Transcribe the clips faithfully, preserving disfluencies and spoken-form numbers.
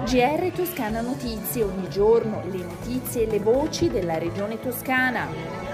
G R Toscana Notizie, ogni giorno le notizie e le voci della regione toscana.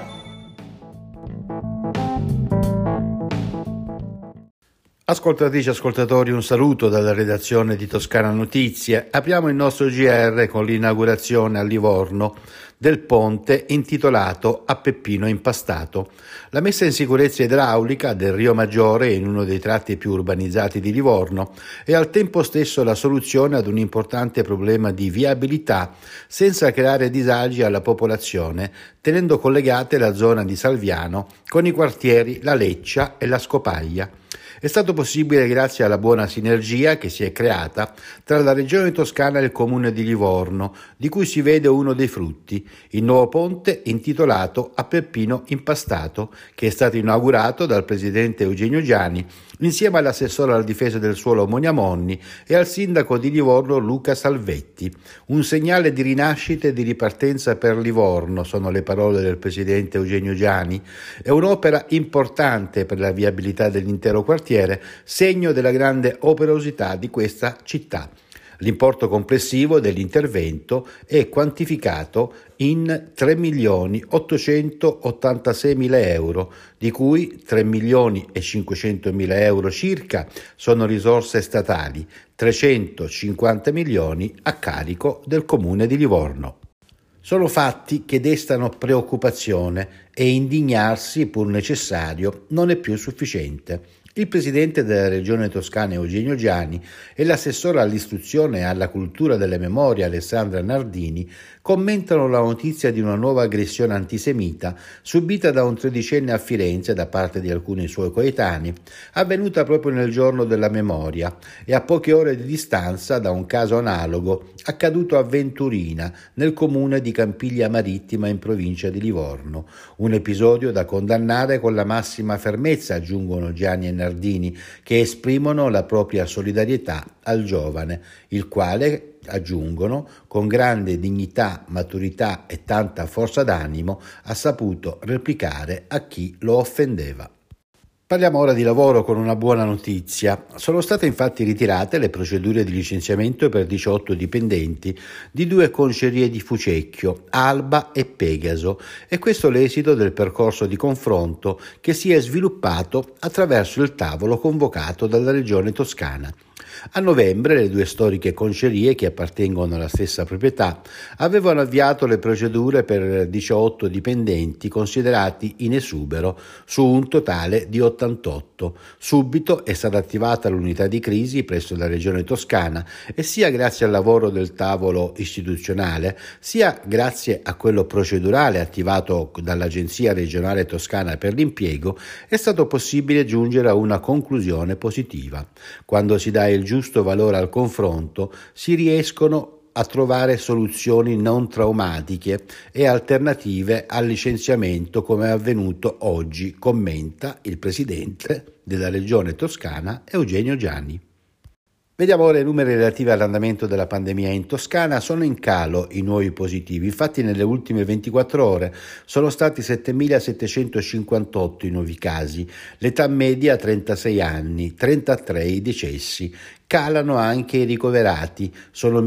Ascoltatrici e ascoltatori, un saluto dalla redazione di Toscana Notizie. Apriamo il nostro G R con l'inaugurazione a Livorno del ponte intitolato A Peppino Impastato. La messa in sicurezza idraulica del Rio Maggiore in uno dei tratti più urbanizzati di Livorno e al tempo stesso la soluzione ad un importante problema di viabilità senza creare disagi alla popolazione, tenendo collegate la zona di Salviano con i quartieri La Leccia e La Scopaglia. È stato possibile grazie alla buona sinergia che si è creata tra la Regione Toscana e il Comune di Livorno, di cui si vede uno dei frutti, il nuovo ponte intitolato A Peppino Impastato, che è stato inaugurato dal presidente Eugenio Giani insieme all'assessore alla difesa del suolo Monia Monni e al sindaco di Livorno Luca Salvetti. Un segnale di rinascita e di ripartenza per Livorno, sono le parole del presidente Eugenio Giani. È un'opera importante per la viabilità dell'intero quartiere, segno della grande operosità di questa città. L'importo complessivo dell'intervento è quantificato in tre milioni ottocentottantasei euro, di cui tre milioni e cinquecentomila euro circa sono risorse statali, trecentocinquanta milioni a carico del Comune di Livorno. Sono fatti che destano preoccupazione e indignarsi, pur necessario, non è più sufficiente. Il presidente della Regione Toscana Eugenio Giani e l'assessore all'istruzione e alla cultura delle memorie Alessandra Nardini commentano la notizia di una nuova aggressione antisemita subita da un tredicenne a Firenze da parte di alcuni suoi coetanei, avvenuta proprio nel giorno della memoria e a poche ore di distanza da un caso analogo accaduto a Venturina, nel comune di Campiglia Marittima in provincia di Livorno. Un episodio da condannare con la massima fermezza, aggiungono Giani e Nardini, che esprimono la propria solidarietà al giovane, il quale, aggiungono, con grande dignità, maturità e tanta forza d'animo ha saputo replicare a chi lo offendeva. Parliamo ora di lavoro con una buona notizia. Sono state infatti ritirate le procedure di licenziamento per diciotto dipendenti di due concerie di Fucecchio, Alba e Pegaso, e questo è l'esito del percorso di confronto che si è sviluppato attraverso il tavolo convocato dalla Regione Toscana. A novembre le due storiche concerie, che appartengono alla stessa proprietà, avevano avviato le procedure per diciotto dipendenti considerati in esubero su un totale di ottantotto. Subito è stata attivata l'unità di crisi presso la Regione Toscana e sia grazie al lavoro del tavolo istituzionale, sia grazie a quello procedurale attivato dall'Agenzia regionale toscana per l'impiego, è stato possibile giungere a una conclusione positiva. Quando si dà il giusto valore al confronto, si riescono a trovare soluzioni non traumatiche e alternative al licenziamento, come è avvenuto oggi, commenta il presidente della Regione Toscana Eugenio Giani. Vediamo ora i numeri relativi all'andamento della pandemia in Toscana. Sono in calo i nuovi positivi, infatti nelle ultime ventiquattro ore sono stati settemilasettecentocinquantotto i nuovi casi, l'età media trentasei anni, trentatré i decessi. Calano anche i ricoverati, sono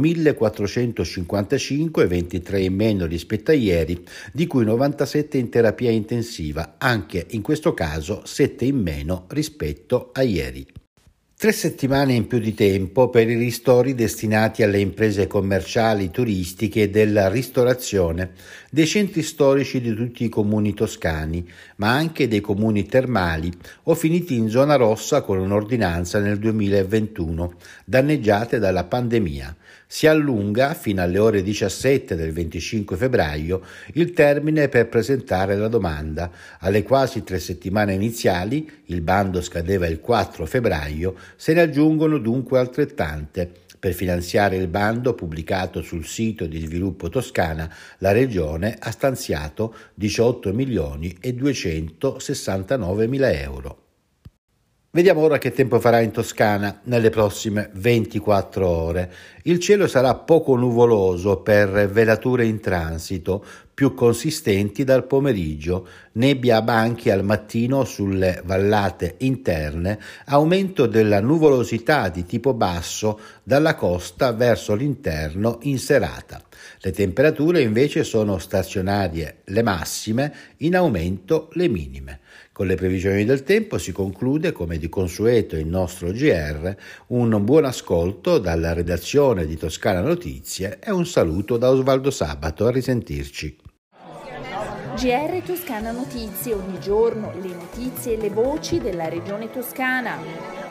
millequattrocentocinquantacinque, ventitré in meno rispetto a ieri, di cui novantasette in terapia intensiva, anche in questo caso sette in meno rispetto a ieri. Tre settimane in più di tempo per i ristori destinati alle imprese commerciali, turistiche e della ristorazione dei centri storici di tutti i comuni toscani, ma anche dei comuni termali o finiti in zona rossa con un'ordinanza nel duemilaventuno, danneggiate dalla pandemia. Si allunga fino alle ore diciassette del venticinque febbraio il termine per presentare la domanda. Alle quasi tre settimane iniziali, il bando scadeva il quattro febbraio, se ne aggiungono dunque altrettante. Per finanziare il bando pubblicato sul sito di Sviluppo Toscana, la Regione ha stanziato diciotto milioni e duecentosessantanove mila euro. Vediamo ora che tempo farà in Toscana nelle prossime ventiquattro ore. Il cielo sarà poco nuvoloso per velature in transito, più consistenti dal pomeriggio, nebbia a banchi al mattino sulle vallate interne, aumento della nuvolosità di tipo basso dalla costa verso l'interno in serata. Le temperature invece sono stazionarie le massime, in aumento le minime. Con le previsioni del tempo si conclude, come di consueto il nostro G R, un buon ascolto dalla redazione di Toscana Notizie e un saluto da Osvaldo Sabato. A risentirci. G R Toscana Notizie, ogni giorno le notizie e le voci della regione toscana.